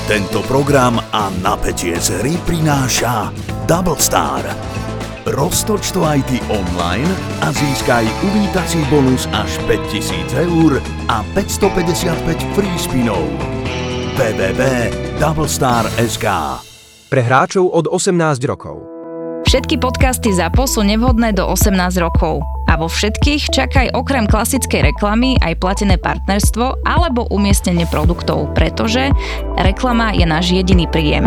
Tento program a napätie z hry prináša Double Star. Roztoč to aj ty online a získaj uvítací bonus až 5000 eur a 555 free spinov. www.doublestar.sk. Pre hráčov od 18 rokov. Všetky podcasty ZAPO sú nevhodné do 18 rokov. A vo všetkých čakaj okrem klasickej reklamy aj platené partnerstvo alebo umiestnenie produktov, pretože reklama je náš jediný príjem.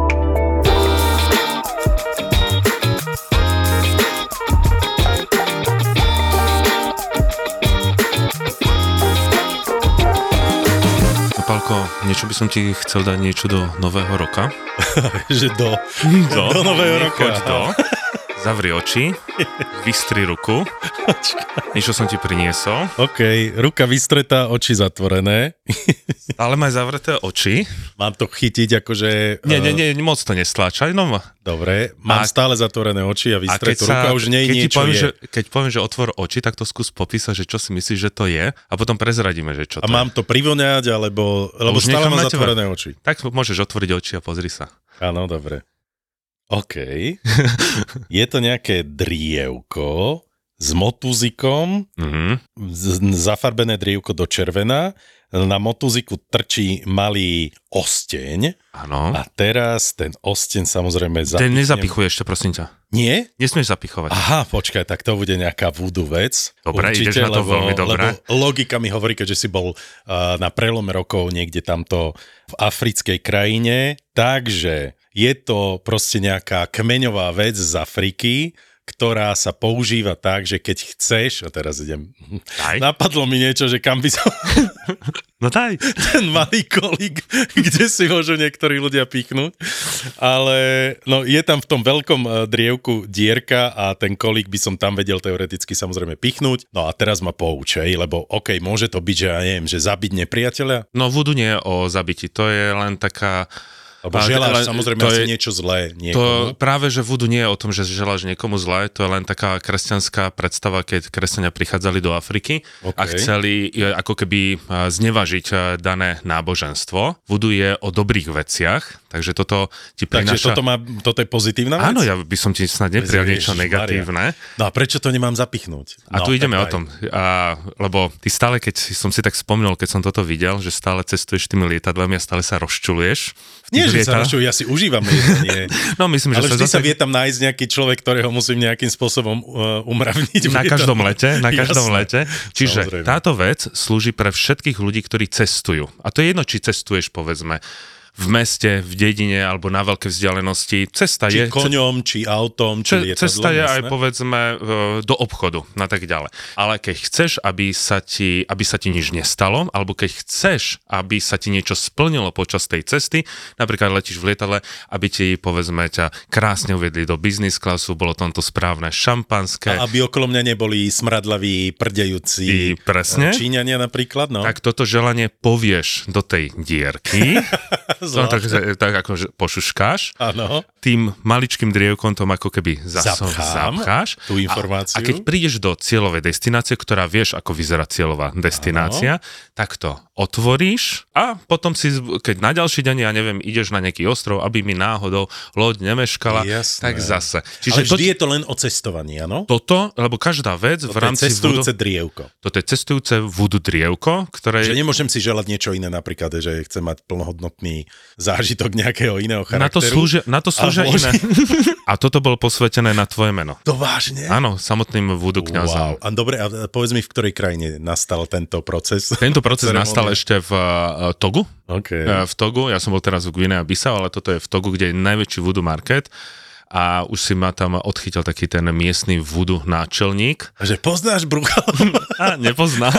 Pálko, niečo by som ti chcel dať niečo do nového roka. Že do nového roka. Zavri oči, vystri ruku. Niečo som ti priniesol. OK, ruka vystretá, oči zatvorené. Ale maj zavreté oči. Mám to chytiť akože... Nie, moc to nestláčaj. No. Dobre, mám stále zatvorené oči a vystretú ruka, už nie je niečo je. Keď poviem, že otvor oči, tak to skús popísať, že čo si myslíš, že to je a potom prezradíme, že čo to je. A mám to privoňať, lebo stále mám zatvorené oči. Tak môžeš otvoriť oči a pozri sa. Áno, dobre. OK. Je to nejaké drievko s motúzikom, zafarbené drievko do červená, na motúziku trčí malý osteň. Áno. A teraz ten osteň samozrejme zapichnem. Ten nezapichuj ešte, prosím ťa. Nie? Nesmieš zapichovať. Aha, počkaj, tak to bude nejaká voodoo vec. Dobre, určite, ideš na to veľmi dobre. Lebo logika mi hovorí, keďže si bol na prelome rokov niekde tamto v africkej krajine, takže je to proste nejaká kmeňová vec z Afriky, ktorá sa používa tak, že keď chceš, a teraz idem, napadlo mi niečo, že kam by som... No daj. Ten malý kolík, kde si môžu niektorí ľudia pichnúť, ale no, je tam v tom veľkom drievku dierka a ten kolík by som tam vedel teoreticky samozrejme pichnúť. No a teraz ma poučej, lebo OK, môže to byť, že ja neviem, že zabiť nepriateľa? No voodoo nie je o zabiti, to je len taká... Lebo želáš samozrejme asi niečo zlé niekomu. To práve, že voodoo nie je o tom, že želáš niekomu zlé, to je len taká kresťanská predstava, keď kresťania prichádzali do Afriky a chceli ako keby znevažiť dané náboženstvo. Voodoo je o dobrých veciach, takže toto ti prináša... Takže toto je pozitívna vec? Áno, ja by som ti snad neprijal niečo negatívne. No a prečo to nemám zapichnúť? A tu ideme o tom, lebo ty stále, keď som si tak spomínal, keď som toto videl, že stále cestuješ tými lietadlami a stále sa rozčuluješ. Nie, že sa rozčujú, ja si užívam lietanie. No, myslím, ale že vždy sa vie tam nájsť nejaký človek, ktorého musím nejakým spôsobom umravniť. Na každom lete. Čiže samozrejme. Táto vec slúži pre všetkých ľudí, ktorí cestujú. A to je jedno, či cestuješ, povedzme, v meste, v dedine alebo na veľké vzdialenosti. Cesta či je... koňom, či autom, či lietadlom. Cesta je aj, povedzme, do obchodu a tak ďalej. Ale keď chceš, aby sa ti nič nestalo, alebo keď chceš, aby sa ti niečo splnilo počas tej cesty, napríklad letíš v lietadle, aby ti, povedzme, ťa krásne uviedli do business classu, bolo tam to správne šampanské. A aby okolo mňa neboli smradlaví, prdejúci Číňania napríklad, no. Tak toto želanie povieš do tej dierky. No, tak ako pošuškáš, ano. Tým maličkým drievkom tom ako keby zapcháš tú informáciu. A keď prídeš do cieľovej destinácie, ktorá vieš, ako vyzerá cieľová destinácia, tak to otvoríš a potom si, keď na ďalší deň, ja neviem, ideš na nejaký ostrov, aby mi náhodou loď nemeškala, tak zase. Čiže ale vždy je to len o cestovaní, áno? Toto, lebo každá vec v rámci cestujúce drievko. Toto je cestujúce voodoo drievko, ktoré... Že nemôžem si želať niečo iné, napríklad, že chcem mať plnohodnotný zážitok nejakého iného charakteru. Na to slúžia iné. A toto bolo posvetené na tvoje meno. To vážne? Áno, samotným voodoo kňazom. Wow. A dobre, a povedz mi, v ktorej krajine nastal tento proces? Tento proces nastal ešte v Togu. Okay. V Togu, ja som bol teraz v Guinea-Bissau, ale toto je v Togu, kde je najväčší voodoo market. A už si ma tam odchytil taký ten miestny voodoo náčelník. A že poznáš Bruchal? A nepoznal.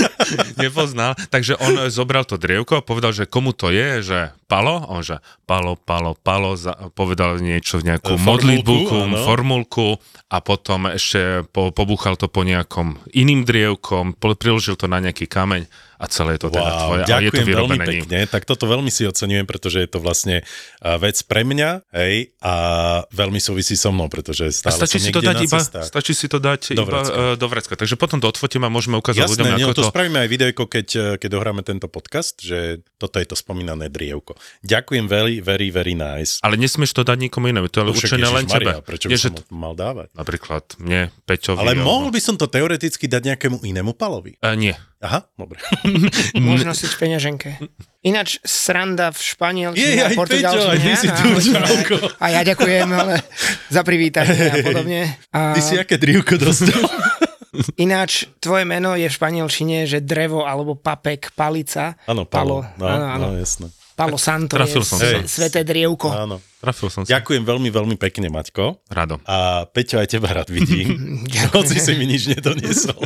Takže on zobral to drievko a povedal, že komu to je, že Palo? On že Palo, povedal niečo, nejakú formulku a potom ešte pobúchal to po nejakom iným drievkom, priložil to na nejaký kameň a celé je to teda tvoje. A je to Ďakujem veľmi vyrobené ním. pekne, tak toto veľmi si oceňujem, pretože je to vlastne vec pre mňa, hej, a veľmi súvisí so mnou, pretože stále Stačí som si to niekde dať na iba, cestách. stačí si to dať Do iba vrecka. do vrecka. Takže potom to odfotím a môžeme ukázať ľuďom, Jasné, ako to to... spravíme aj videjko, keď dohráme tento podcast, že toto je to spomínané drievko. Ďakujem, very nice. Ale nesmieš to dať nikomu inému, to je určené len tebe. Prečo by som to mal dávať? Napríklad mne, Peťovi. Ale mohol by som to teoreticky dať nejakému inému Palovi. Nie. Aha, dobre. Môže nosiť v peňaženke. Ináč sranda v španielčine Jej, a aj Peťo, portugalčine. aj ty si tu, čauko. A ja ďakujem ale za privítanie a podobne. Ty si aké drívko dostal? Ináč, tvoje meno je v španielčine, že drevo alebo papek, palica. Áno, Palo. Áno. Jasné. Palo Santo Trafil je som sa. sveté drievko. Áno. Trafil som sa. Ďakujem veľmi pekne, Maťko. Rado. A Peťo, aj teba rád vidím. Ďakujem. Hoci si mi nič nedoniesol.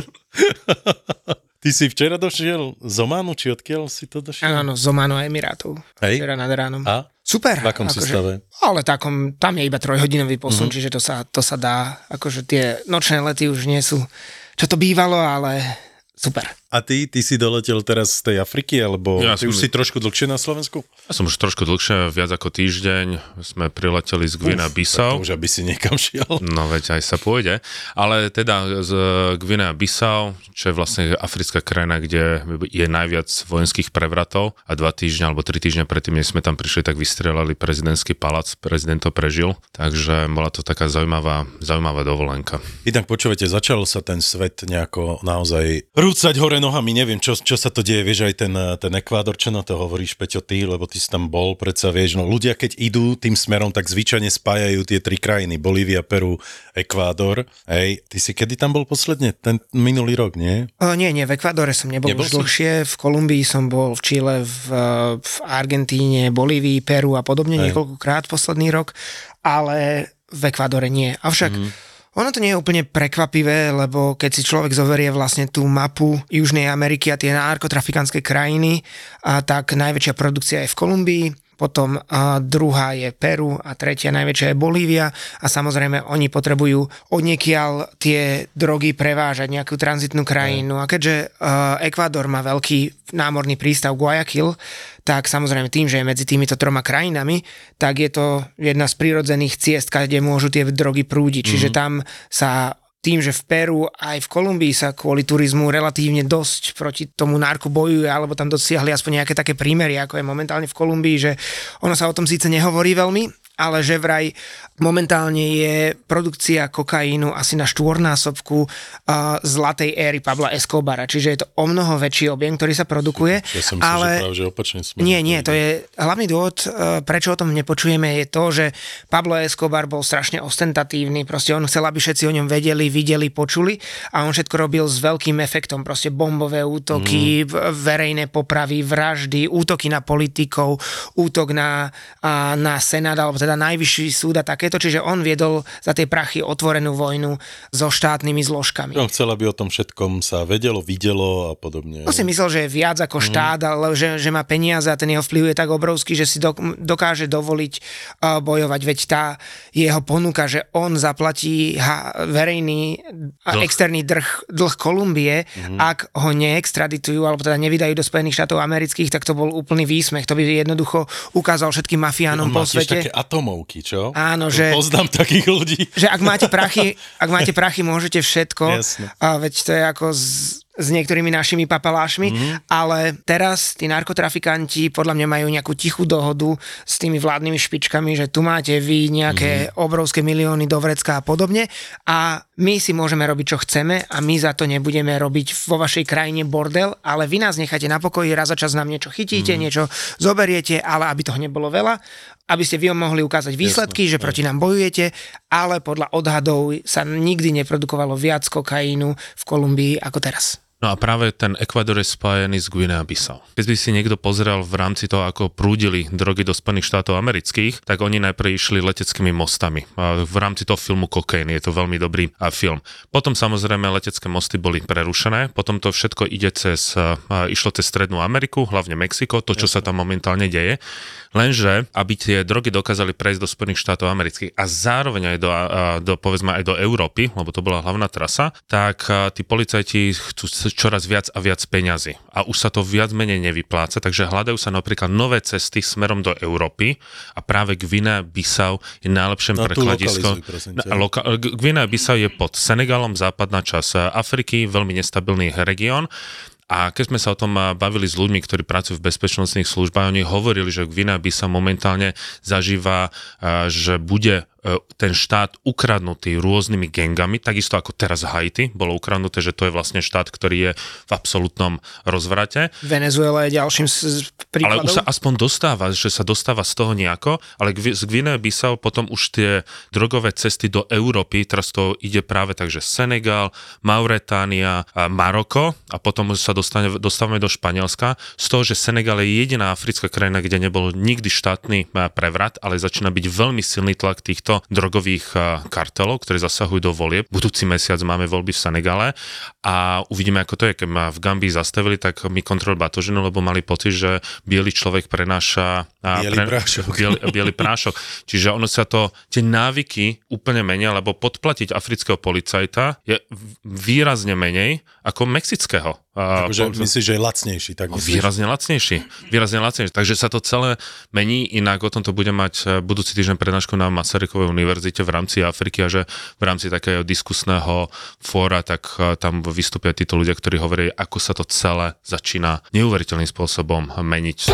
Ty si včera došiel z Ománu, či odkiaľ si to došiel? Áno, z Omanu a Emirátov. Hej. Včera nad ránom. A? Super. V akom si stave? Ale tam je iba 3-hodinový posun, čiže to sa dá. Akože tie nočné lety už nie sú, čo to bývalo, ale super. A ty si doletel teraz z tej Afriky, alebo Ja ty už si trošku dlhšie na Slovensku? Ja som už trošku dlhšie, viac ako týždeň. Sme prileteli z Guinea-Bissau. Tak to už aby si niekam šiel. No veď aj sa pôjde. Ale teda z Guinea-Bissau, čo je vlastne africká krajina, kde je najviac vojenských prevratov a 2 týždne alebo 3 týždne predtým, než sme tam prišli, tak vystrelali prezidentský palác. Prezident to prežil. Takže bola to taká zaujímavá dovolenka. Inak počúvajte, začal sa ten svet nejako naozaj rúcať hore nohami, neviem, čo sa to deje, vieš, aj ten Ekvádor, čo na to hovoríš, Peťo, ty, lebo ty si tam bol, predsa vieš, no ľudia, keď idú tým smerom, tak zvyčajne spájajú tie 3 krajiny, Bolívia, Peru, Ekvádor, hej, ty si kedy tam bol posledne? Ten minulý rok, nie? Nie, v Ekvádore som nebol už dlhšie, v Kolumbii som bol, v Čile, v Argentíne, Bolívii, Peru a podobne niekoľkokrát posledný rok, ale v Ekvádore nie. Avšak ono to nie je úplne prekvapivé, lebo keď si človek zoberie vlastne tú mapu Južnej Ameriky a tie narkotrafikantské krajiny, tak najväčšia produkcia je v Kolumbii, potom druhá je Peru a tretia najväčšia je Bolívia a samozrejme oni potrebujú odniekiaľ tie drogy prevážať nejakú tranzitnú krajinu a keďže Ekvádor má veľký námorný prístav Guayaquil, tak samozrejme tým, že je medzi týmito 3 krajinami, tak je to jedna z prírodzených ciest, kde môžu tie drogy prúdiť. Čiže tam sa tým, že v Peru aj v Kolumbii sa kvôli turizmu relatívne dosť proti tomu narku bojuje, alebo tam dosiahli aspoň nejaké také prímery, ako je momentálne v Kolumbii, že ono sa o tom síce nehovorí veľmi, ale že vraj momentálne je produkcia kokainu asi na 4-násobku zlatej éry Pabla Escobara, čiže je to o mnoho väčší objem, ktorý sa produkuje. Ja som myslel, že práve, že opačne smer. Nie, to je hlavný dôvod, prečo o tom nepočujeme, je to, že Pablo Escobar bol strašne ostentatívny, proste on chcel, aby všetci o ňom vedeli, počuli a on všetko robil s veľkým efektom, proste bombové útoky, verejné popravy, vraždy, útoky na politikov, útok na senát, alebo teda najvyšší súd a takéto, čiže on viedol za tie prachy otvorenú vojnu so štátnymi zložkami. On chcel, aby o tom všetkom sa vedelo, videlo a podobne. On si myslel, že je viac ako štát, ale že má peniaze a ten jeho vplyv je tak obrovský, že si dokáže dovoliť bojovať, veď tá jeho ponuka, že on zaplatí verejný externý dlh Kolumbie, ak ho neextraditujú, alebo teda nevydajú do Spojených štátov amerických, tak to bol úplný výsmech. To by jednoducho ukázal všetkým mafiánom po svete. Také atomovky, čo? Áno, že... Poznám takých ľudí. Že ak máte prachy, môžete všetko. Jasne. Veď to je ako s niektorými našimi papalášmi, ale teraz tí narkotrafikanti podľa mňa majú nejakú tichú dohodu s tými vládnymi špičkami, že tu máte vy nejaké obrovské milióny do vrecka a podobne a my si môžeme robiť, čo chceme a my za to nebudeme robiť vo vašej krajine bordel, ale vy nás necháte na pokoji, raz za čas nám niečo chytíte, niečo zoberiete, ale aby toho nebolo veľa, aby ste vy mohli ukázať výsledky, že proti nám bojujete, ale podľa odhadov sa nikdy neprodukovalo viac kokainu v Kolumbii ako teraz. No a práve ten Ekvádor je spájený s Guinea-Bissau. Keď by si niekto pozrel v rámci toho, ako prúdili drogy do Spojených štátov amerických, tak oni najprv išli leteckými mostami. A v rámci toho filmu Cocaine, je to veľmi dobrý film. Potom samozrejme letecké mosty boli prerušené, potom to všetko išlo cez Strednú Ameriku, hlavne Mexiko, to, čo sa tam momentálne deje. Lenže, aby tie drogy dokázali prejsť do Spojených štátov amerických a zároveň aj povedzme aj do Európy, lebo to bola hlavná trasa, tak tí policajti chcú čoraz viac a viac peňazí. A už sa to viac menej nevypláca, takže hľadajú sa napríklad nové cesty smerom do Európy a práve Guinea-Bissau je najlepším prekladisko. Guinea-Bissau je pod Senegalom, západná časť Afriky, veľmi nestabilný región. A keď sme sa o tom bavili s ľuďmi, ktorí pracujú v bezpečnostných službách, oni hovorili, že Guinea-Bissau momentálne zažíva, že bude ten štát ukradnutý rôznymi gengami, takisto ako teraz Haiti bolo ukradnuté, že to je vlastne štát, ktorý je v absolútnom rozvrate. Venezuela je ďalším príkladom. Ale už sa aspoň dostáva, že sa dostáva z toho nejako, ale z Guinea-Bissau potom už tie drogové cesty do Európy, teraz to ide práve tak, že Senegal, Mauretánia, Maroko a potom sa dostávame do Španielska. Z toho, že Senegal je jediná africká krajina, kde nebol nikdy štátny prevrat, ale začína byť veľmi silný tlak týchto drogových kartelov, ktoré zasahujú do volieb. Budúci mesiac máme voľby v Senegale a uvidíme, ako to je. Keď ma v Gambii zastavili, tak mi kontrolovali batožinu, lebo mali pocit, že biely človek prenáša biely prášok. Čiže ono sa to, tie návyky úplne menia, lebo podplatiť afrického policajta je výrazne menej ako mexického. Takže myslíš, že je lacnejší? Tak výrazne lacnejší. Takže sa to celé mení, inak o tomto bude mať budúci týždeň prednášku na Masarykovej univerzite v rámci Afriky a že v rámci takého diskusného fóra, tak tam vystúpia títo ľudia, ktorí hovoria, ako sa to celé začína neuveriteľným spôsobom meniť.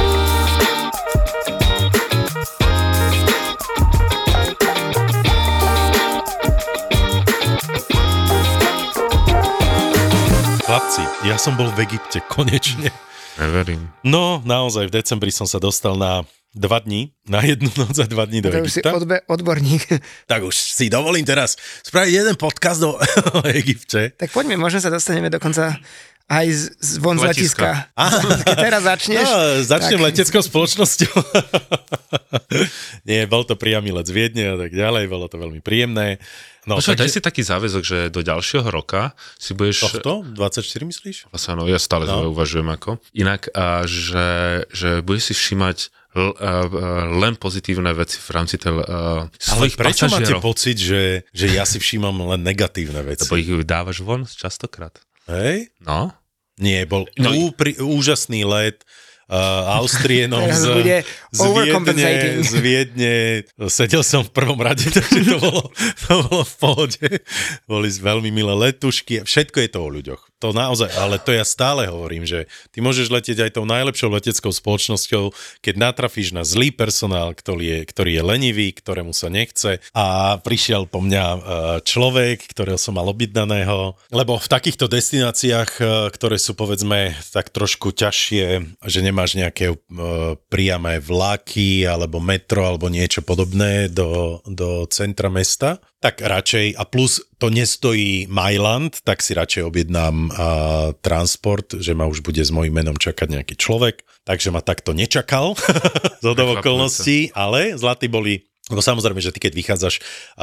Chlapci, ja som bol v Egypte, konečne. Neverím. No, naozaj, v decembri som sa dostal na 2 dní, na 1 noc a 2 dní do Egypta. To už si odborník. Tak už si dovolím teraz spraviť jeden podcast o Egypte. Tak poďme, možno sa dostaneme dokonca aj von z letiska. Keď teraz začneš. No, začnem leteckou spoločnosťou. Nie, bol to priamy let z Viedne a tak ďalej, bolo to veľmi príjemné. No, takže... Daj si taký záväzok, že do ďalšieho roka si budeš... Tohto? 24 myslíš? Vlastne, no, ja stále uvažujem ako. Inak, že budeš si všímať len pozitívne veci v rámci svojich pasažierov. Ale prečo máte pocit, že ja si všímam len negatívne veci? Lebo ich dávaš von častokrát. Hej? No. Nie, bol úžasný let. Austrienom z Viedne. Sedel som v prvom rade, takže to bolo v pohode. Boli veľmi milé letušky. Všetko je to o ľuďoch. To naozaj, ale to ja stále hovorím, že ty môžeš letieť aj tou najlepšou leteckou spoločnosťou, keď natrafíš na zlý personál, ktorý je lenivý, ktorému sa nechce a prišiel po mňa človek, ktorého som mal objednaného, lebo v takýchto destináciách, ktoré sú povedzme tak trošku ťažšie, že nemáš nejaké priame vlaky alebo metro alebo niečo podobné do centra mesta, tak radšej, a plus to nestojí Mailand, tak si radšej objednám transport, že ma už bude s mojím menom čakať nejaký človek, takže ma takto nečakal z okolností, ale zlatí boli. No samozrejme, že ty keď vychádzaš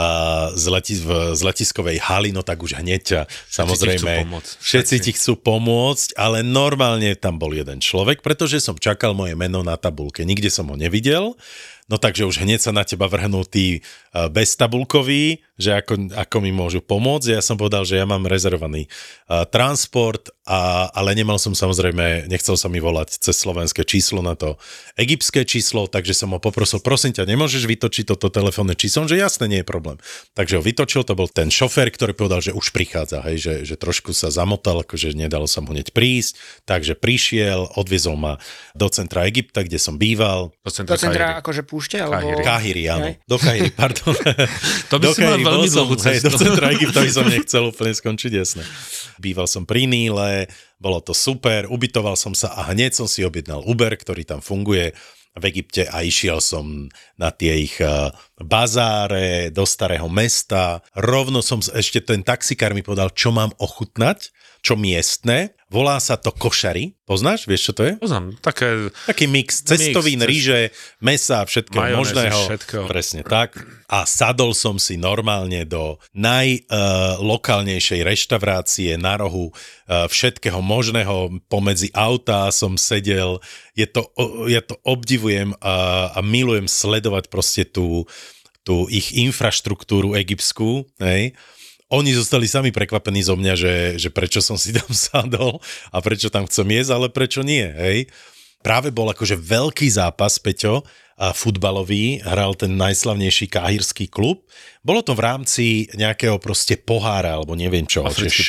z letiskovej haly, no tak už hneď samozrejme všetci ti chcú pomôcť, ale normálne tam bol jeden človek, pretože som čakal moje meno na tabulke, nikde som ho nevidel, no takže už hneď sa na teba vrhnú tí beztabulkoví, že ako mi môžu pomôcť. Ja som povedal, že ja mám rezervovaný transport, ale nemal som samozrejme, nechcel sa mi volať cez slovenské číslo na to egyptské číslo, takže som ho poprosil, prosím ťa, nemôžeš vytočiť toto telefónne číslo? Že jasné, nie je problém. Takže ho vytočil, to bol ten šofér, ktorý povedal, že už prichádza, hej, že trošku sa zamotal, akože nedalo sa mu hneď prísť, takže prišiel, odviezol ma do centra Egypta, kde som býval. Do centra akože púšte? Alebo... Káhiry, áno. Do Káhiry, pardon. To by si mal veľmi dlhú cestu. Do centra Egypta by som nechcel úplne skončiť, jasné. Býval som pri Níle, bolo to super, ubytoval som sa a hneď som si objednal Uber, ktorý tam funguje v Egypte a išiel som na tie ich bazáre do starého mesta. Rovno som, ešte ten taxikár mi povedal, čo mám ochutnať, čo miestne. Volá sa to košary. Poznáš? Vieš, čo to je? Poznám. Taký mix cestovín, ríže, mesa, všetkého možného. Všetko. Presne tak. A sadol som si normálne do najlokálnejšej reštaurácie na rohu všetkého možného. Pomedzi autá som sedel. Ja to obdivujem a milujem sledovať proste tú ich infraštruktúru egyptskú, hej. oni zostali sami prekvapení zo mňa, že prečo som si tam sadol a prečo tam chcem jesť, ale prečo nie, hej. Práve bol akože veľký zápas, Peťo, futbalový, hral ten najslavnejší káhirský klub. Bolo to v rámci nejakého proste pohára, alebo neviem čo.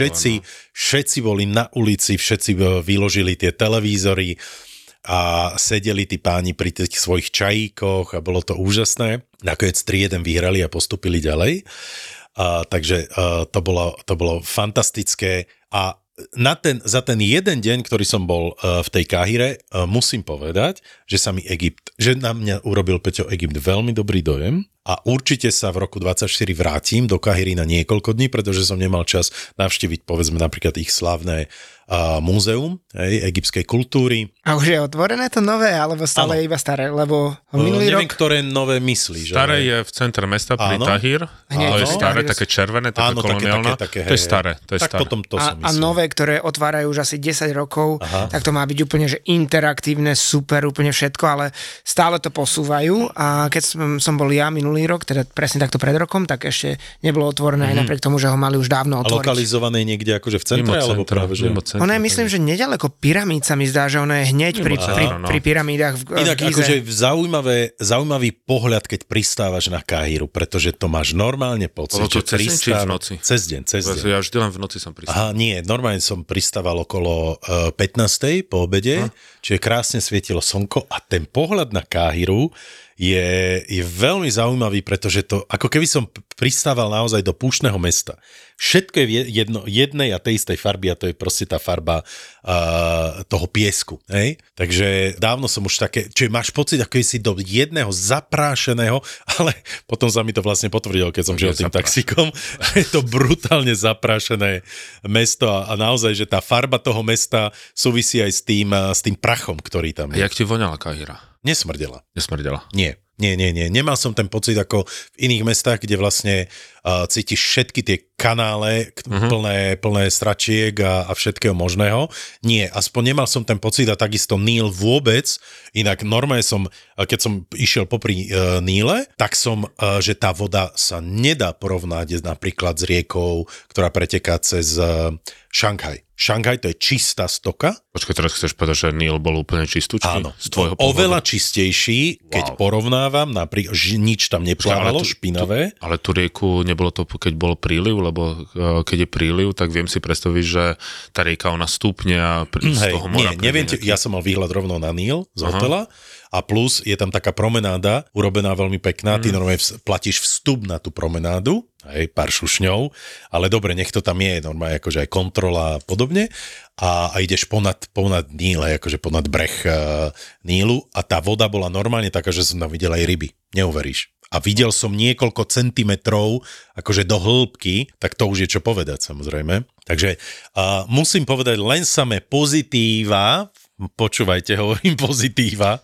Všetci boli na ulici, všetci vyložili tie televízory a sedeli tí páni pri tých svojich čajíkoch a bolo to úžasné. Nakoniec 3-1 vyhrali a postupili ďalej. Takže to bolo fantastické a za ten jeden deň, ktorý som bol v tej Káhire, musím povedať, že na mňa urobil Peťo Egypt veľmi dobrý dojem a určite sa v roku 24 vrátim do Káhiry na niekoľko dní, pretože som nemal čas navštíviť, povedzme, napríklad ich slávne múzeum egyptskej kultúry. A už je otvorené to nové, alebo stále iba staré? Lebo minulý neviem, rok... ktoré nové myslíš. Staré je v centre mesta pri Tahir. To je staré, také červené, také koloniálne. To je staré. Tak potom to som myslel. A nové, ktoré otvárajú už asi 10 rokov, tak to má byť úplne že interaktívne, super, úplne všetko, ale stále to posúvajú a keď som bol ja minulý rok, teda presne takto pred rokom, tak ešte nebolo otvorené aj napriek tomu, že ho mali už dávno otvoriť. A lokalizované niekde akože v centre, alebo práve že... Ono je, myslím, že nedaleko pyramíd sa mi zdá, že ono je hneď pri pyramídach v Inak Gize. akože zaujímavý pohľad, keď pristávaš na Káhiru, pretože to máš normálne pocit, že pristávaš cez deň. Ja vždy len v noci som pristával. Aha, nie, normálne som pristával okolo 15. po obede, čiže krásne svietilo slnko a ten pohľad na Káhiru je veľmi zaujímavý, pretože to, ako keby som pristával naozaj do púštneho mesta. Všetko je jednej a tej istej farby a to je proste tá farba toho piesku. Hej? Takže dávno som už také, čiže máš pocit, ako si do jedného zaprášeného, ale potom sa mi to vlastne potvrdilo, keď som žil tým taxíkom, že je to brutálne zaprášené mesto a naozaj, že tá farba toho mesta súvisí aj s tým prachom, ktorý tam je. A jak ti voňala Káhira? Nesmrdela. Nie. Nie. Nemal som ten pocit ako v iných mestách, kde vlastne cítiš všetky tie kanále plné stračiek a všetkého možného. Nie, aspoň nemal som ten pocit a takisto Níl vôbec. Inak normálne keď som išiel popri Níle, tak že tá voda sa nedá porovnať napríklad s riekou, ktorá preteká cez Šanghaj. Šanghaj to je čistá stoka. Počkaj, teraz chceš povedať, že Níl bol úplne čistúčky? Áno, z tvojho pohľadu? Oveľa čistejší, keď porovnávam, napríklad, nič tam neplávalo, špinavé. Ale tú rieku nebolo to, keď bol príliv, lebo keď je príliv, tak viem si predstaviť, že tá rieka ona stúpne a z toho mora... Neviem, ja som mal výhľad rovno na Níl z hotela. A plus je tam taká promenáda, urobená veľmi pekná, ty normálne platíš vstup na tú promenádu, hej, pár šušňov, ale dobre, nech to tam je, normálne akože aj kontrola a podobne a ideš ponad Níl, akože ponad breh Nílu a tá voda bola normálne taká, že som tam videl aj ryby, neuveríš. A videl som niekoľko centimetrov akože do hĺbky, tak to už je čo povedať samozrejme. Takže musím povedať len samé pozitíva, počúvajte, hovorím pozitíva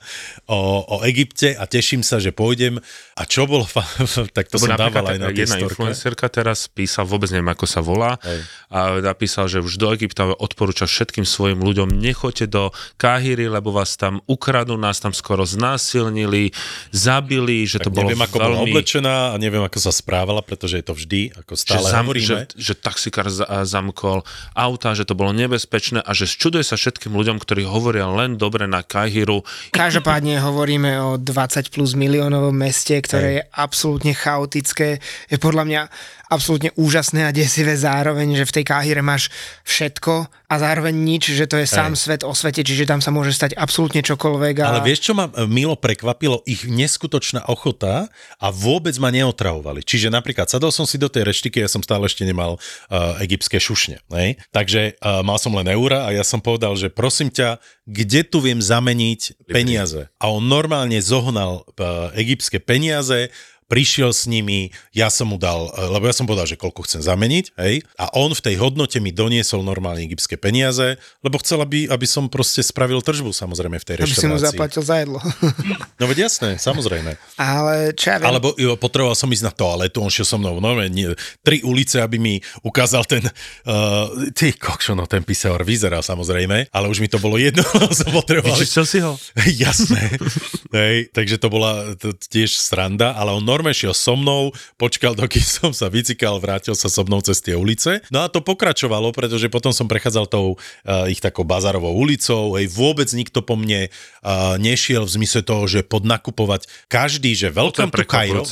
o Egypte a teším sa, že pôjdem. A čo bolo, tak to som dával aj na tie storke. Jedna influencerka teraz písal, vôbec neviem, ako sa volá, a napísal, že už do Egypta odporúča všetkým svojim ľuďom, nechoďte do Káhiry, lebo vás tam ukradnú, nás tam skoro znásilnili, zabili, že tak to bolo neviem, ako bola oblečená a neviem, ako sa správala, pretože je to vždy, ako stále hovoríme. Že taxikár zamkol auta, že to bolo nebezpečné a že čuduje sa všetkým ľuďom, ktorí hovoria len dobre na Káhiru. Každopádne hovoríme o 20 plus miliónovom meste, ktoré je absolútne chaotické. Je podľa mňa absolútne úžasné a desivé zároveň, že v tej Káhire máš všetko a zároveň nič, že to je sám svet o svete, čiže tam sa môže stať absolútne čokoľvek. Ale vieš, čo ma milo prekvapilo? Ich neskutočná ochota a vôbec ma neotravovali. Čiže napríklad sadol som si do tej reštiky, ja som stále ešte nemal egyptské šušne. Takže mal som len eura a ja som povedal, že prosím ťa, kde tu viem zameniť peniaze? A on normálne zohnal egyptské peniaze, prišiel s nimi, ja som mu dal, lebo ja som povedal, že koľko chcem zameniť, hej, a on v tej hodnote mi doniesol normálne egyptské peniaze, lebo chcel, aby som proste spravil tržbu, samozrejme, v tej reštaurácii. Aby si mu zaplatil za jedlo. No veď jasné, samozrejme. Ale čo ja viem? Alebo potreboval som ísť na toaletu, on šiel so mnou, no, 3 ulice, aby mi ukázal ten, ten pisaor vyzeral samozrejme, ale už mi to bolo jedno, som potreboval. Vyčistil si ho? Jasné. Hej, takže to bola tiež sranda, ale on normálne šiel so mnou, počkal, dokým som sa vycikal, vrátil sa so mnou cez tie ulice. No a to pokračovalo, pretože potom som prechádzal tou ich takou bazárovou ulicou, vôbec nikto po mne nešiel v zmysle toho, že podnakupovať každý, že welcome to Cairo,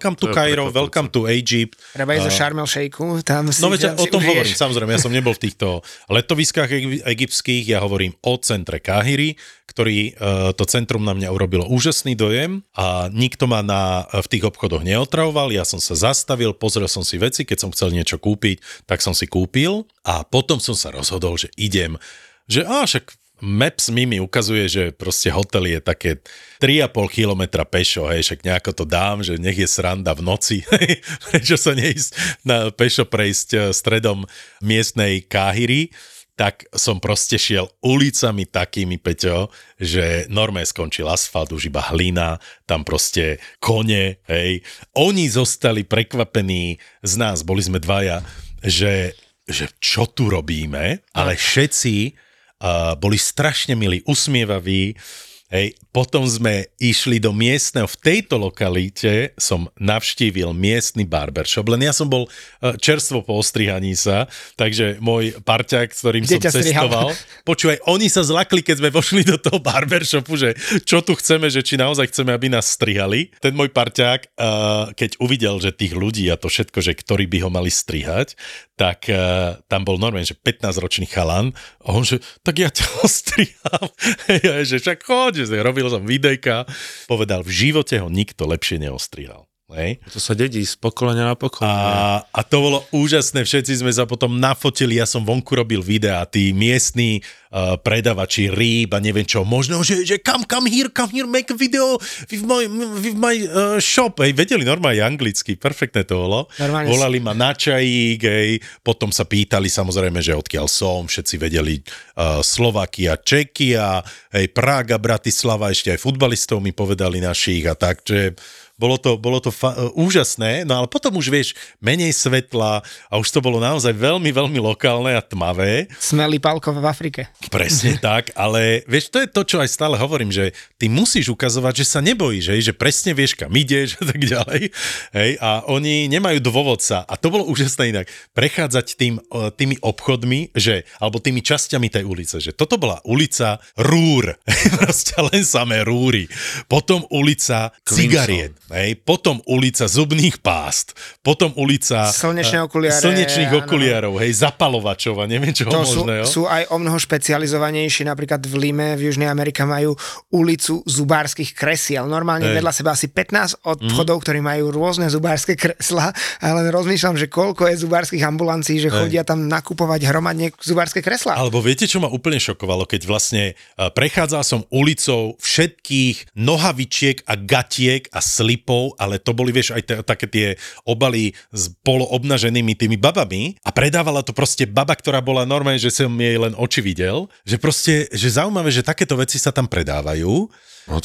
welcome to Egypt. Treba ísť do Sharm el Sheikhu, tam si... No veď o tom hovorím, samozrejme, ja som nebol v týchto letoviskách egyptských, ja hovorím o centre Káhiry, ktorý to centrum na mňa urobilo úžasný dojem a nikto ma v tých obchodoch neotravoval, ja som sa zastavil, pozrel som si veci, keď som chcel niečo kúpiť, tak som si kúpil a potom som sa rozhodol, že idem, že však Maps mi ukazuje, že proste hotel je také 3,5 kilometra pešo, však nejako to dám, že nech je sranda v noci, prečo sa neísť na pešo prejsť stredom miestnej Káhiry, tak som proste šiel ulicami takými, Peťo, že normálne skončil asfalt, už iba hlina, tam proste kone, Oni zostali prekvapení z nás, boli sme dvaja, že čo tu robíme, ale všetci boli strašne milí, usmievaví. Potom sme išli do miestneho, v tejto lokalite som navštívil miestny barbershop, len ja som bol čerstvo po ostrihaní sa, takže môj parťák, s ktorým som cestoval, počúvaj, oni sa zlakli, keď sme vošli do toho barbershopu, že čo tu chceme, že či naozaj chceme, aby nás strihali. Ten môj parťák, keď uvidel, že tých ľudí a to všetko, že ktorí by ho mali strihať, tak tam bol normálne, že 15-ročný chalan a on, že tak ja ťa ostriham. Že však choď, že robil som videjka, povedal, v živote ho nikto lepšie neostrihal. To sa dedí z pokolenia na pokolenie. A to bolo úžasné, všetci sme sa potom nafotili, ja som vonku robil videá, tí miestni predavači rýb a neviem čo, možno, že come here, make a video with my shop, vedeli normálne anglicky, perfektné to bolo. Normálne volali ma na čajík, potom sa pýtali samozrejme, že odkiaľ som, všetci vedeli Slovakia, Čekia, Praga, Bratislava, ešte aj futbalistov mi povedali našich a tak, že bolo to úžasné, no ale potom už vieš, menej svetla a už to bolo naozaj veľmi, veľmi lokálne a tmavé. Smelý pálkov v Afrike. Presne tak, ale vieš, to je to, čo aj stále hovorím, že ty musíš ukazovať, že sa nebojíš, že presne vieš, kam ideš a tak ďalej. A oni nemajú dôvod sa, a to bolo úžasné inak, prechádzať tými obchodmi, alebo tými časťami tej ulice, že toto bola ulica rúr, proste len samé rúry, potom ulica cigariet, potom ulica zubných pást, potom ulica slnečných okuliarov, zapalovačov a neviem čoho možného. Sú aj o mnoho špecializovanejší, napríklad v Lime, v Južnej Amerike majú ulicu zubárskych kresiel. Normálne vedľa seba asi 15 obchodov, ktorí majú rôzne zubárske kreslá, ale rozmýšľam, že koľko je zubárskych ambulancií, že chodia tam nakupovať hromadne zubárske kreslá. Alebo viete, čo ma úplne šokovalo, keď vlastne prechádzal som ulicou všetkých nohavičiek a gatiek a slipov, ale to boli, vieš, aj také tie obaly s poloobnaženými tými babami a predávala to proste baba, ktorá bola normálne, že som jej len oči videl, že proste, že zaujímavé, že takéto veci sa tam predávajú. No.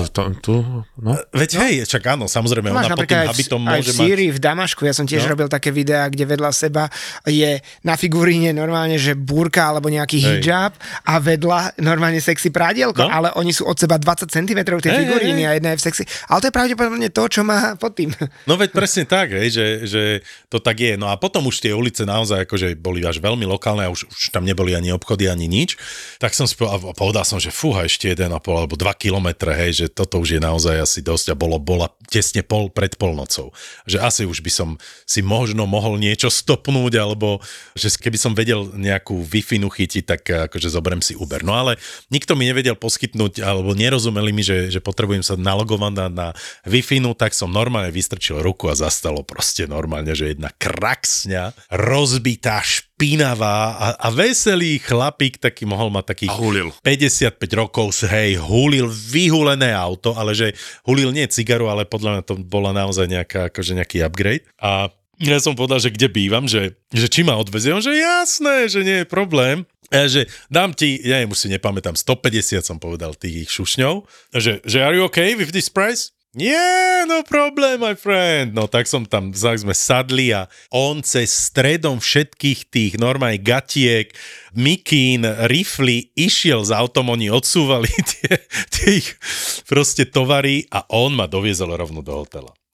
Veď čak áno, samozrejme, ona pod tým habitom môže mať... Aj v Sýrii, v Damašku, ja som tiež robil také videá, kde vedľa seba je na figuríne normálne, že búrka alebo nejaký hijab a vedľa normálne sexy prádielko, ale oni sú od seba 20 cm tie figuríny a jedna je v sexy. Ale to je pravdepodobne to, čo má pod tým. No veď presne tak, že to tak je. No a potom už tie ulice naozaj akože boli až veľmi lokálne a už tam neboli ani obchody, ani nič. Tak som si povedal som, že fúha, ešte 1,5 alebo 2 kilometre, že toto už je naozaj asi dosť a bola tesne pred polnocou. Že asi už by som si možno mohol niečo stopnúť, alebo že keby som vedel nejakú Wi-Fi chytiť, tak akože zoberiem si Uber. No ale nikto mi nevedel poskytnúť, alebo nerozumeli mi, že potrebujem sa nalogovať na Wi-Fi, tak som normálne vystrčil ruku a zastalo proste normálne, že jedna kraksňa, rozbitá, špinavá a veselý chlapík, taký mohol mať takých 55 rokov, hulil vyhulené auto, ale že hulil nie cigaru, ale podľa mňa to bola naozaj nejaký upgrade. A ja som povedal, že kde bývam, že či ma odvezie, on, že jasné, že nie je problém. A že dám ti, ja už si nepamätám, 150 som povedal tých ich šušňov, že are you okay with this price? Yeah, no problem, my friend. No tak sme sadli a on cez stredom všetkých tých normálnych gatiek, mikín, rifly išiel z autom, oni odsúvali tie ich proste tovary a on ma doviezol rovno do hotela.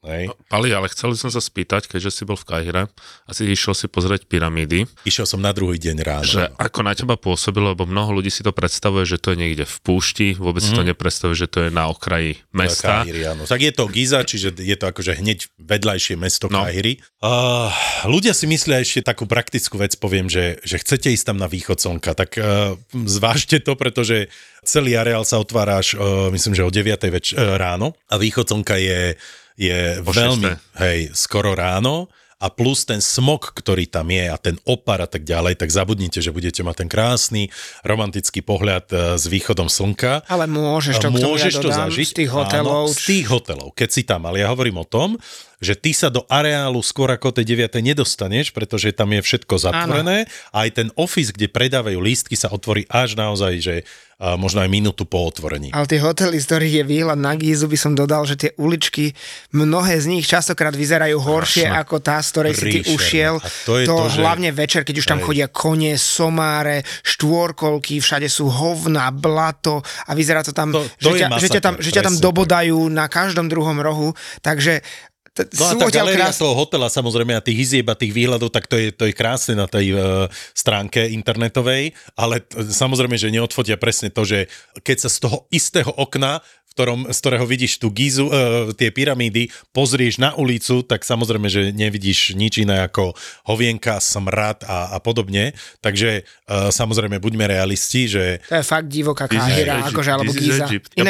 Hej. Pali, ale chcel som sa spýtať, keďže si bol v Káhire a si išiel si pozrieť pyramídy. Išiel som na druhý deň ráno. Že ako na teba pôsobilo, lebo mnoho ľudí si to predstavuje, že to je niekde v púšti, vôbec si to nepredstavuje, že to je na okraji mesta. Káhiri, áno. Tak je to Giza, čiže je to akože hneď vedľajšie mesto Káhiri. Ľudia si myslia ešte takú praktickú vec, poviem, že chcete ísť tam na východ slnka, tak zvážte to, pretože celý areál sa otvára až, myslím, že o 9. ráno a východ slnka je veľmi skoro ráno a plus ten smog, ktorý tam je a ten opar a tak ďalej, tak zabudnite, že budete mať ten krásny romantický pohľad s východom slnka. Ale môžeš to zažiť z tých hotelov. Áno, z tých hotelov, keď si tam. Ale ja hovorím o tom, že ty sa do areálu skôr ako tej 9. nedostaneš, pretože tam je všetko zatvorené. A aj ten office, kde predávajú lístky, sa otvorí až naozaj, že možno aj minútu po otvorení. Ale tie hotely, z ktorých je výhľad na Gízu, by som dodal, že tie uličky, mnohé z nich častokrát vyzerajú horšie ako tá, z ktorej si ty ušiel. To hlavne večer, keď už tam chodia kone, somáre, štvorkolky, všade sú hovna, blato a vyzerá to tam, že ťa tam dobodajú na každom druhom rohu, takže no a tá galéria toho hotela samozrejme a tých izieb a tých výhľadov, tak to je krásne na tej stránke internetovej, ale samozrejme, že neodfotia presne to, že keď sa z toho istého okna, z ktorého vidíš tú Gizu, tie pyramídy, pozrieš na ulicu, tak samozrejme, že nevidíš nič iné ako hovienka, smrad a podobne. Takže samozrejme, buďme realisti, že... To je fakt divoká Káhira, akože, alebo Giza.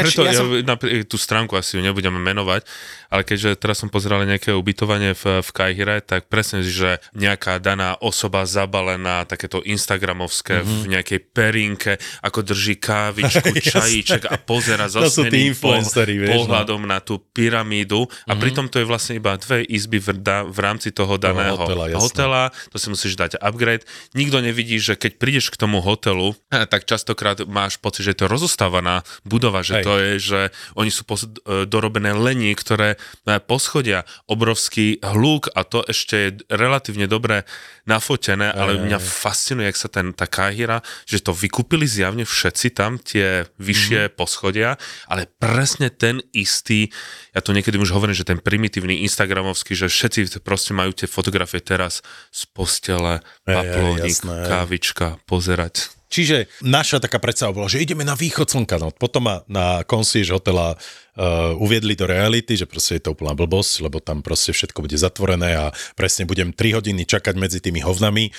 Tú stránku asi ju nebudeme menovať, ale keďže teraz som pozeral nejaké ubytovanie v Káhire, tak presne, že nejaká daná osoba zabalená, takéto instagramovské, v nejakej perinke, ako drží kávičku, čajíček a pozera zasnený pohľadom na tú pyramídu a pritom to je vlastne iba 2 izby v rámci toho daného hotela, to si musíš dať upgrade. Nikto nevidí, že keď prídeš k tomu hotelu, tak častokrát máš pocit, že je to rozostávaná budova, že to je, že oni sú dorobené lení, ktoré poschodia obrovský hluk a to ešte je relatívne dobre nafotené, ale mňa fascinuje, jak sa tá Káhira, že to vykúpili zjavne všetci tam, tie vyššie poschodia, ale presne ten istý, ja to niekedy už hovorím, že ten primitívny instagramovský, že všetci proste majú tie fotografie teraz z postele, paplónik, kávička, pozerať. Čiže naša taká predstava bola, že ideme na východ slnka, no potom ma na concierge hotela uviedli do reality, že proste je to úplná blbosť, lebo tam proste všetko bude zatvorené a presne budem 3 hodiny čakať medzi tými hovnami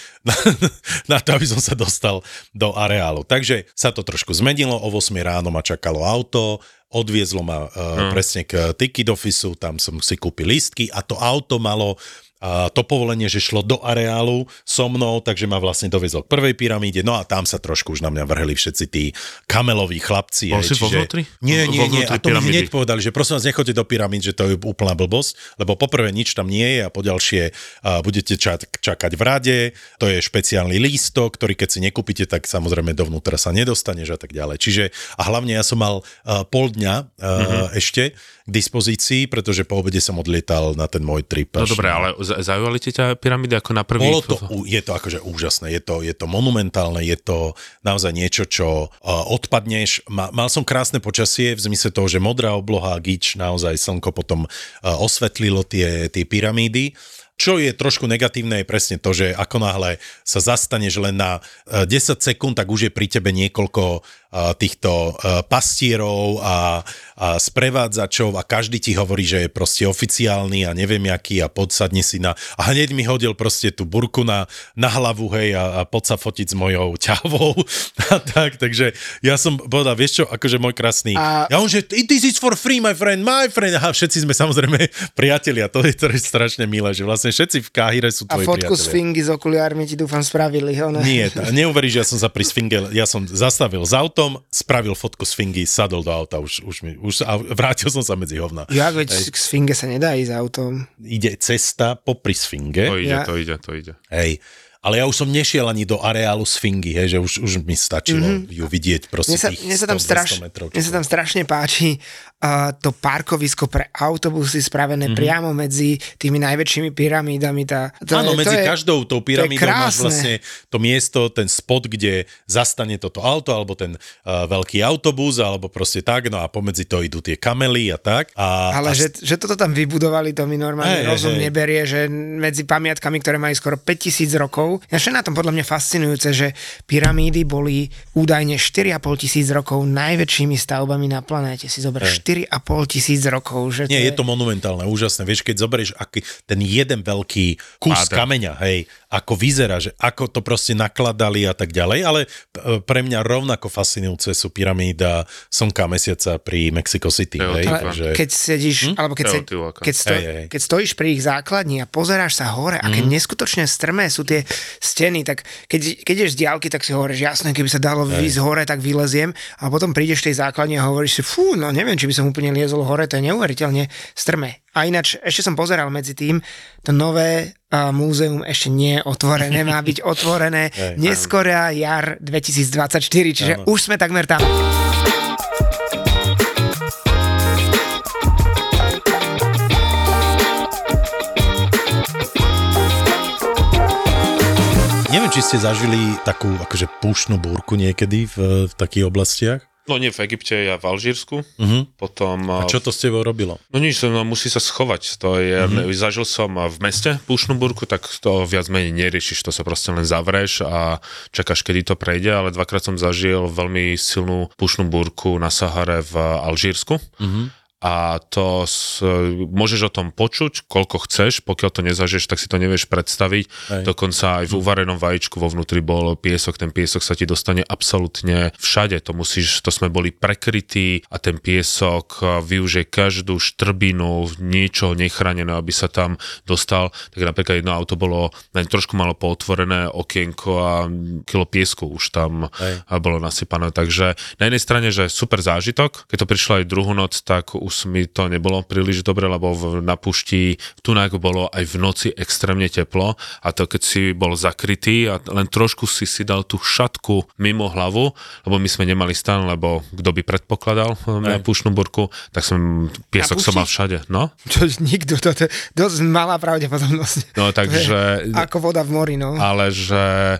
na to, aby som sa dostal do areálu. Takže sa to trošku zmenilo, o 8 ráno ma čakalo auto, odviezlo ma presne k ticket officeu, tam som si kúpil lístky a to auto malo to povolenie, že šlo do areálu so mnou, takže ma vlastne doviezol k prvej pyramíde, no a tam sa trošku už na mňa vrhli všetci tí kameloví chlapci. Bol si vo vnútri? Nie, a to mi hneď povedali, že prosím vás, nechoďte do pyramíd, že to je úplná blbosť, lebo poprvé nič tam nie je a poďalšie budete čakať v rade, to je špeciálny lístok, ktorý keď si nekúpite, tak samozrejme dovnútra sa nedostaneš a tak ďalej. Čiže a hlavne ja som mal pol dňa ešte k dispozícii, pretože po obede som odlietal na ten môj trip. No dobre, ale zaujali ťa pyramídy ako na prvý? Je to akože úžasné, je to monumentálne, je to naozaj niečo, čo odpadneš. Mal som krásne počasie v zmysle toho, že modrá obloha, gič, naozaj slnko potom osvetlilo tie pyramídy. Čo je trošku negatívne je presne to, že ako náhle sa zastaneš len na 10 sekúnd, tak už je pri tebe niekoľko týchto pastierov a sprevádzačov a každý ti hovorí, že je proste oficiálny a neviem jaký a podsadni si a hneď mi hodil proste tú burku na hlavu, hej, a poď sa fotiť s mojou ťavou a tak, takže ja som povedal, vieš čo, akože môj krásny, ja on, že this is for free, my friend, aha, všetci sme samozrejme priatelia, to je strašne milé, že vlastne všetci v Káhire sú tvoji priatelia. A fotku z Sfingy s okuliármi ti dúfam spravili, ho ne? Nie, neuveríš, ja som sa pri Sfinge, ja som zastavil s autom, spravil fotku Sfingy, sadol do auta, už a vrátil som sa medzi hovna. Ja, veď k Sfinge sa nedá ísť autom. Ide cesta popri Sfinge. To ide. Hej. Ale ja už som nešiel ani do areálu Sfingy, hej, že už mi stačilo ju vidieť proste mne sa tam strašne páči to parkovisko pre autobusy spravené priamo medzi tými najväčšími pyramídami. Medzi každou tou pyramídou máš vlastne to miesto, ten spot, kde zastane toto auto, alebo ten veľký autobus, alebo proste tak, no a pomedzi to idú tie kamely a tak. Ale že toto tam vybudovali, to mi normálne rozum neberie, že medzi pamiatkami, ktoré majú skoro 5000 rokov. Ja na tom podľa mňa fascinujúce, že pyramídy boli údajne 4500 rokov najväčšími stavbami na planéte. Si zober 4500 rokov. Že nie, je to monumentálne, úžasné. Vieš, keď zoberieš aký ten jeden veľký kus kameňa, hej, ako vyzerá, že ako to proste nakladali a tak ďalej, ale pre mňa rovnako fascinujúce sú pyramída Slnka a Mesiaca pri Mexico City. Hej, že... Keď sedíš, alebo keď stojíš pri ich základni a pozeráš sa hore, aké neskutočne strmé sú tie steny, tak keď ideš z diaľky, tak si hovoríš, jasné, keby sa dalo výjsť hore, tak vyleziem, a potom prídeš tej základni a hovoríš si, neviem, či by som úplne liezol hore, to je neuveriteľne strmé. A ináč, ešte som pozeral medzi tým, to nové múzeum ešte nie je otvorené, má byť otvorené neskorá jar 2024, čiže už sme takmer tam. Neviem, či ste zažili takú akože púštnu búrku niekedy v takých oblastiach? No nie v Egypte, ja v Alžírsku. Potom... A čo to s tebou robilo? No nič, musí sa schovať. To je, zažil som v meste púštnu búrku, tak to viac menej neriešiš, to sa proste len zavreš a čakáš, kedy to prejde, ale dvakrát som zažil veľmi silnú púštnu búrku na Sahare v Alžírsku. A to môžeš o tom počuť, koľko chceš, pokiaľ to nezažiješ, tak si to nevieš predstaviť. Dokonca aj v uvarenom vajíčku vo vnútri bol piesok, ten piesok sa ti dostane absolútne všade. To sme boli prekrytí a ten piesok využije každú štrbinu, niečo nechránené, aby sa tam dostal. Tak napríklad jedno auto bolo trošku malo pootvorené okienko a kilo piesku už tam bolo nasypané. Takže na jednej strane, že super zážitok, keď to prišlo aj druhú noc, tak mi to nebolo príliš dobre, lebo na púšti tunak bolo aj v noci extrémne teplo a to keď si bol zakrytý a len trošku si dal tú šatku mimo hlavu, lebo my sme nemali stan, lebo kto by predpokladal na púštnu búrku, tak piesok som mal všade. No? Čo nikto, to je dosť malá pravdepodobnosť. No takže... Ako voda v mori, no. Ale že...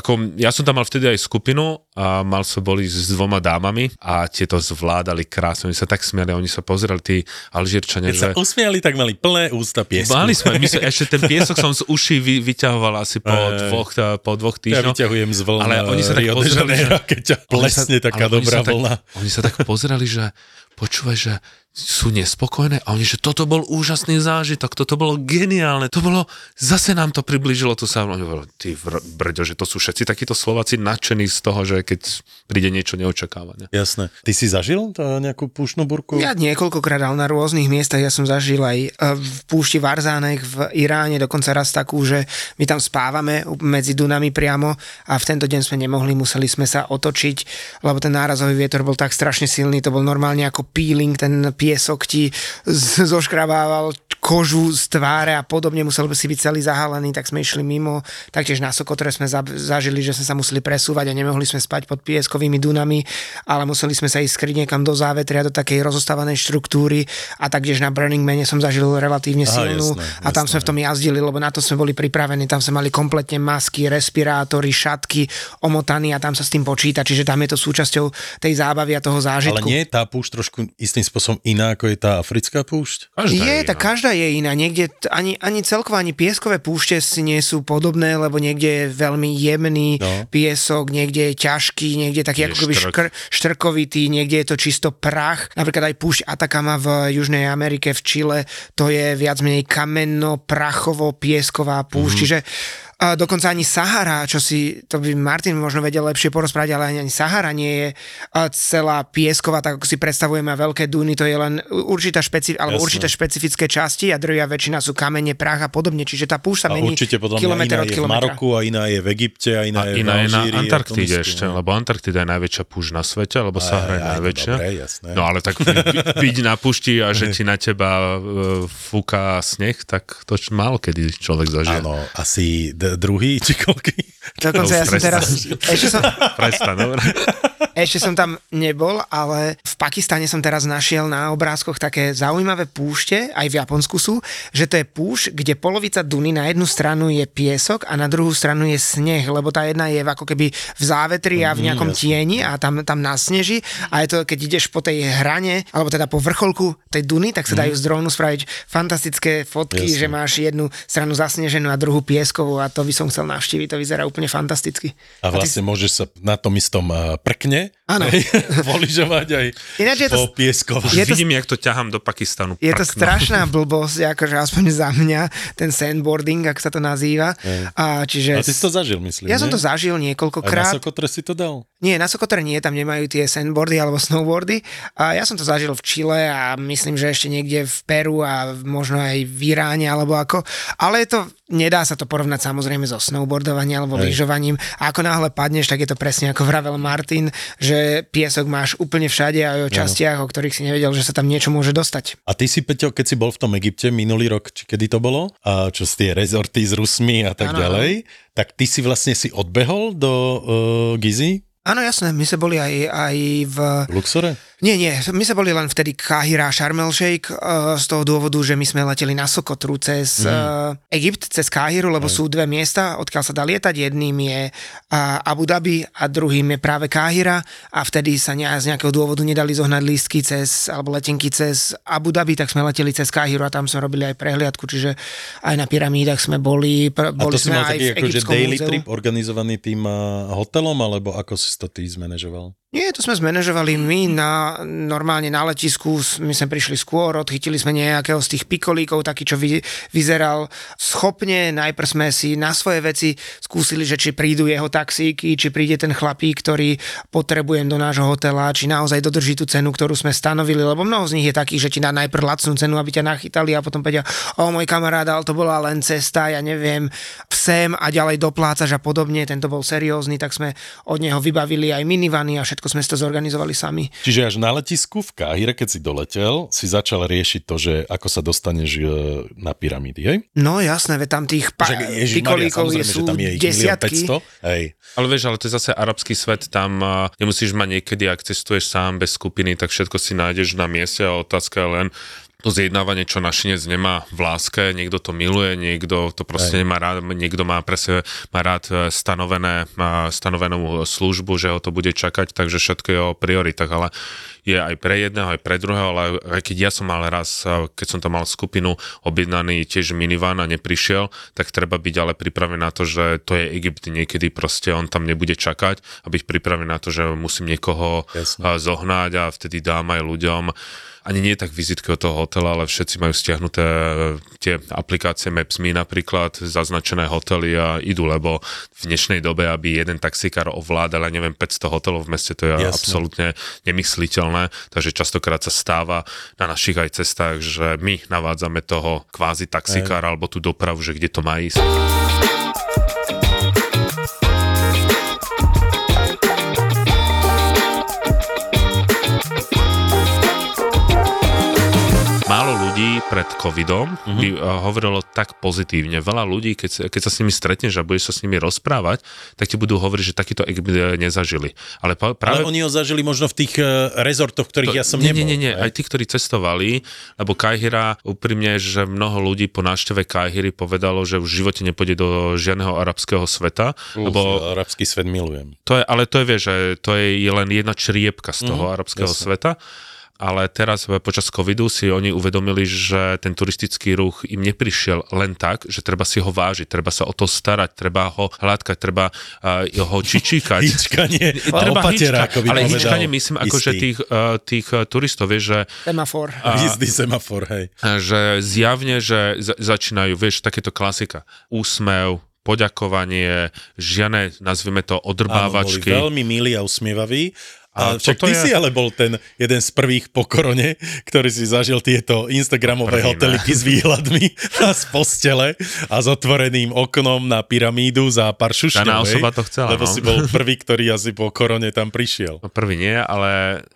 ja som tam mal vtedy aj skupinu a boli s 2 dámami a tie to zvládali krásne. Oni sa tak smiali, oni sa pozerali tí Alžírčania. Keď sa usmiali, tak mali plné ústa piesku. Mali sme, ešte ten piesok som z uší vyťahoval asi po 2 týždňoch. Ja vyťahujem z vlna. Ale oni sa tak pozerali, že... Keď ťa plesne taká dobrá vlna. Oni sa tak pozerali, že počúvaj, že sú nespokojné a oni, že toto bol úžasný zážitok, toto bolo geniálne, to bolo, zase nám to priblížilo, to sa, oni hovorili, ty brďo, že to sú všetci takíto Slováci nadšení z toho, že keď príde niečo neočakávané. Jasné. Ty si zažil nejakú púštnu búrku? Ja niekoľkokrát, ale na rôznych miestach, ja som zažil aj v púšti Varzánek v Iráne, dokonca raz takú, že my tam spávame medzi dunami priamo a v tento deň sme nemohli, museli sme sa otočiť, lebo ten nárazový vietor bol tak strašne silný, to bol normálne ako peeling, ten piesok ti zoškrabával kožu z tváre a podobne, musel by si byť celý zahalený, tak sme išli mimo. Taktiež na Sokotre sme zažili, že sme sa museli presúvať a nemohli sme spať pod pieskovými dunami, ale museli sme sa ísť skryť niekam do závetria, do takej rozostávanej štruktúry a taktiež na Burning Mane som zažil relatívne silnú a tam sme v tom jazdili, lebo na to sme boli pripravení, tam sme mali kompletne masky, respirátory, šatky, omotaní a tam sa s tým počíta, čiže tam je to súčasťou tej zábavy a toho zážitku. Ale nie je tá púšť trošku istým spôsobom iná, ako je tá africká púšť? Každá je iná. Niekde ani celkovo ani pieskové púšte si nie sú podobné, lebo niekde je veľmi jemný piesok, niekde je ťažký, niekde je taký ako keby štrkovitý, niekde je to čisto prach. Napríklad aj púšť Atacama v Južnej Amerike, v Čile, to je viac menej kamенно-prachovo-piesková púšť. Čiže a dokonca ani Sahara, čo si, to by Martin možno vedel lepšie porozprávať, ale ani Sahara nie je celá piesková, tak ako si predstavujeme veľké duny, to je len určité špecifické časti a druhá väčšina sú kamene, prach a podobne, čiže tá púšť sa mení kilometr od kilometra. V Maroku a iná je v Egypte a iná je v Alžírii. Na Antarktíde ešte, lebo Antarktida je najväčšia púšť na svete, lebo Sahara je najväčšia. No ale tak byť na púšti a že ti na teba fúka sneh, tak to málo kedy človek zažije. Áno, asi druhý, či koľký? Dokonca ja som teraz... Ešte som tam nebol, ale v Pakistane som teraz našiel na obrázkoch také zaujímavé púšte, aj v Japonsku sú, že to je púšť, kde polovica duny na jednu stranu je piesok a na druhú stranu je sneh, lebo tá jedna je ako keby v závetri a v nejakom tieni a tam nasneží a je to, keď ideš po tej hrane, alebo teda po vrcholku tej duny, tak sa dajú z drónu spraviť fantastické fotky, že máš jednu stranu zasneženú a druhú pieskovú a to by som chcel navštíviť, to vyzerá úplne fantasticky. A vlastne môžeš sa na tom istom prkne voližovať aj po pieskov. Vidím, jak to ťahám do Pakistanu. Je to strašná blbosť, akože aspoň za mňa, ten sandboarding, ak sa to nazýva. A ty si to zažil, myslím, Ja som to zažil niekoľkokrát. A na Sokotre si to dal? Nie, na Sokotre nie, tam nemajú tie sandboardy alebo snowboardy. A ja som to zažil v Čile a myslím, že ešte niekde v Peru a možno aj v Iráne alebo ako. Ale nedá sa to porovnať samozrejme so snowboardovaním alebo lyžovaním. A ako náhle padneš, tak je to presne ako vravel Martin, že piesok máš úplne všade a aj o častiach, o ktorých si nevedel, že sa tam niečo môže dostať. A ty si, Peťo, keď si bol v tom Egypte minulý rok, či kedy to bolo, a čo z tie rezorty s Rusmi a tak ďalej, tak ty si vlastne odbehol do Gizy? Áno, jasné, my sme boli aj v... Luxore? Nie, my sme boli len vtedy Káhira a Sharm el Sheikh z toho dôvodu, že my sme leteli na Sokotru cez Egypt, cez Káhiru, lebo sú dve miesta, odkiaľ sa dá lietať. Jedným je Abu Dhabi a druhým je práve Káhira a vtedy sa z nejakého dôvodu nedali zohnať lístky alebo letenky cez Abu Dhabi, tak sme leteli cez Káhiru a tam sme robili aj prehliadku, čiže aj na pyramídach sme boli. A to si mal taký akože daily múzeu. Trip organizovaný tým hotelom, alebo ako si to ty zmanéžoval? Nie, to sme zmanéžovali my normálne na letisku, my sme prišli skôr, odchytili sme nejakého z tých pikolíkov, taký, čo vyzeral schopne, najprv sme si na svoje veci skúsili, že či prídu jeho taxíky, či príde ten chlapík, ktorý potrebujem do nášho hotela, či naozaj dodrží tú cenu, ktorú sme stanovili, lebo mnoho z nich je takých, že ti dá najprv lacnú cenu, aby ťa nachytali a potom povedia, môj kamarát, ale to bola len cesta, ja neviem, sem a ďalej doplácaš a podobne, tento bol seriózny, tak sme od neho vybavili aj minivany a všetko sme si to zorganizovali sami. Čiže až na letisku v Káhire, keď si doletel, si začal riešiť to, že ako sa dostaneš na pyramídy, hej? No jasné, veď tam tých pikolíkov sú desiatky. Ale vieš, ale to je zase arabský svet, tam nemusíš mať niekedy, ak cestuješ sám bez skupiny, tak všetko si nájdeš na mieste a otázka je len to zjednávanie, čo našinec nemá v láske, niekto to miluje, niekto to proste nemá rád, niekto má rád stanovenú službu, že ho to bude čakať, takže všetko je o prioritách, ale je aj pre jedného, aj pre druhého, ale aj keď ja som mal raz, keď som tam mal skupinu objednaný tiež minivan a neprišiel, tak treba byť ale pripravený na to, že to je Egypt, niekedy proste on tam nebude čakať a byť pripravený na to, že musím niekoho zohnať a vtedy dám aj ľuďom ani nie tak vizitky od toho hotela, ale všetci majú stiahnuté tie aplikácie Maps.me napríklad, zaznačené hotely a idú, lebo v dnešnej dobe, aby jeden taxikár ovládal, neviem, 500 hotelov v meste, to je absolútne nemysliteľné, takže častokrát sa stáva na našich aj cestách, že my navádzame toho kvázi taxikára alebo tú dopravu, že kde to má ísť. Málo ľudí pred covidom by hovorilo tak pozitívne. Veľa ľudí, keď sa s nimi stretneš a budeš sa s nimi rozprávať, tak ti budú hovoriť, že takýto Egypt nezažili. Ale oni ho zažili možno v tých rezortoch, ktorých ja som nebol. Nie. Aj tí, ktorí cestovali, lebo Káhira, úprimne, že mnoho ľudí po návšteve Káhiry povedalo, že v živote nepôjde do žiadneho arabského sveta. Lebo arabský svet milujem. Ale to je, vieš, že to je len jedna čriepka z toho arabského sveta. Ale teraz počas covidu si oni uvedomili, že ten turistický ruch im neprišiel len tak, že treba si ho vážiť, treba sa o to starať, treba ho hľadkať, treba ho čičíkať. Hičkanie, treba hičkať, ale hičkanie myslím, akože tých turistov, vieš, že... Semafor. Jízdny semafor, hej. Že zjavne, že začínajú, vieš, takéto klasika. Úsmev, poďakovanie, žiadne, nazvime to, odrbávačky. Áno, boli veľmi milí a usmievaví. A však ty si ale bol ten jeden z prvých po korone, ktorý si zažil tieto instagramové hoteliky s výhľadmi z postele a s otvoreným oknom na pyramídu za pár šušňov. Daná osoba to chcela, lebo si bol prvý, ktorý asi po korone tam prišiel. Prvý nie, ale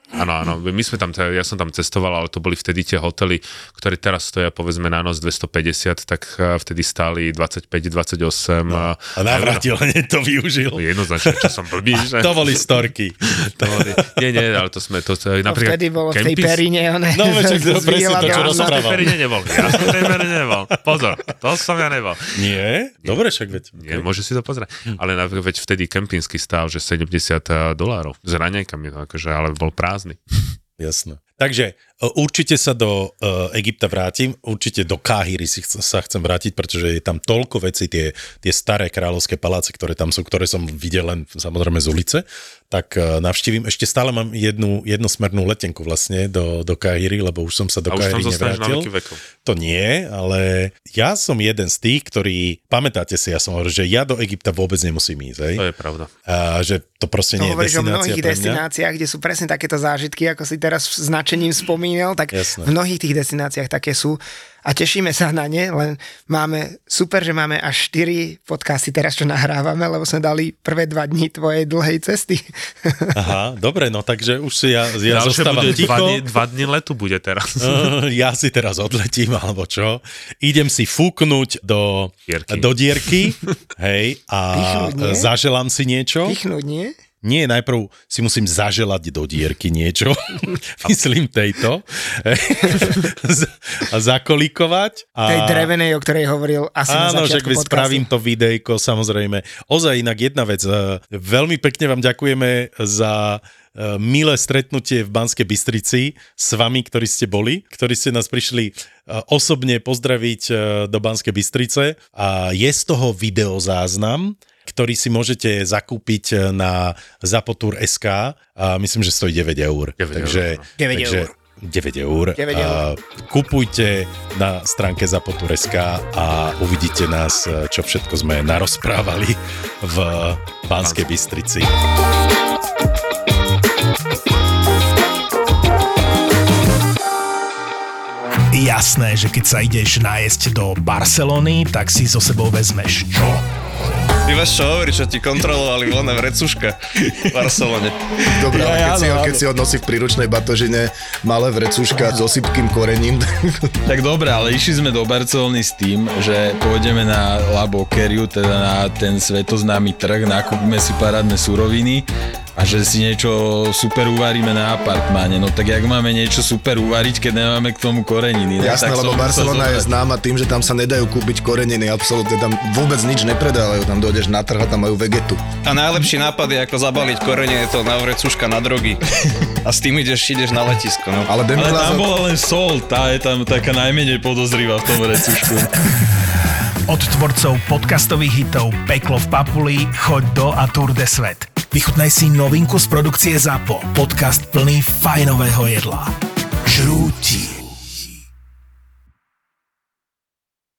Áno, ja som tam cestoval, ale to boli vtedy tie hotely, ktoré teraz stoja povedzme na noc 250, tak vtedy stáli 25, 28. No, a navrátil, hneď to využil. Jednoznačne, čo som blbý, že? To boli storky. Nie, ale to sme, napríklad vtedy bolo v tej Perine, No, presne to, čo rozprával. Ja som v Perine nebol. Pozor, to som ja nebol. Nie? Dobre, však veď. Nie, môže si to pozrieť. Ale veď vtedy kempínsky stál, že $70 s raňajkami, akože, ale bol prázdny. Jasné. Takže určite sa do Egypta vrátim, určite do Káhiry sa chcem vrátiť, pretože je tam toľko vecí, tie staré kráľovské paláce, ktoré tam sú, ktoré som videl len samozrejme z ulice, tak navštívim. Ešte stále mám jednosmernú letenku vlastne do Káhiry, lebo už som sa do Káhiry nevrátil. To nie, ale ja som jeden z tých, ktorí, pamätáte si, ja som hovoril, že ja do Egypta vôbec nemusím ísť. Hej? To je pravda. Že to proste nie je destinácia pre mňa. O mnohých destináciách, kde sú presne takéto zážitky, ako si teraz značením spomínal, tak v mnohých tých destináciách také sú a tešíme sa na ne, len super, že máme až 4 podcasty teraz, čo nahrávame, lebo sme dali prvé 2 dni tvojej dlhej cesty. Aha, dobre, no takže už si ja zostávam ticho. 2 dni letu bude teraz. Ja si teraz odletím, alebo čo. Idem si fúknuť do dierky, hej, a zaželám si niečo. Pichnúť, nie? Nie, najprv si musím zaželať do dierky niečo, myslím tejto, a zakolikovať. Tej drevenej, o ktorej hovoril asi na začiatku podcastu. Áno, že spravím to videjko, samozrejme. Ozaj, inak jedna vec, veľmi pekne vám ďakujeme za milé stretnutie v Banskej Bystrici s vami, ktorí ste boli, ktorí ste nás prišli osobne pozdraviť do Banskej Bystrice a je z toho videozáznam, ktorý si môžete zakúpiť na Zapotur.sk a myslím, že stojí 9 eur. 9 eur. Kupujte na stránke Zapotur.sk a uvidíte nás, čo všetko sme narozprávali v Banskej Bystrici. Jasné, že keď sa ideš nájsť do Barcelony, tak si so sebou vezmeš čo? Ty máš čo hovoriť, čo ti kontrolovali voľné vrecuška v Barcelone. Dobre, ale keď si ho nosí v príručnej batožine, malé vrecuška s osypkým korením. Tak dobre, ale išli sme do Barcelony s tým, že pôjdeme na La Boqueria, teda na ten svetoznámy trh, nakúpime si parádne suroviny a že si niečo super uvaríme na apartmáne. No tak jak máme niečo super uvariť, keď nemáme k tomu koreniny? Jasné, lebo Barcelona je známa tým, že tam sa nedajú kúpiť koreniny, absolútne tam vôbec nič nepredávajú, tam dojdeš na trh a tam majú vegetu. A najlepší nápad je ako zabaliť koreniny, to na vrecuška na drogy. A s tým ideš na letisko. No. Ale tam bola len sol, tá je tam taká najmenej podozrivá v tom vrecušku. Od tvorcov podcastových hitov Peklo v Papuli, Choď do a Tour de Svet. Vychutnaj si novinku z produkcie ZAPO. Podcast plný fajnového jedla.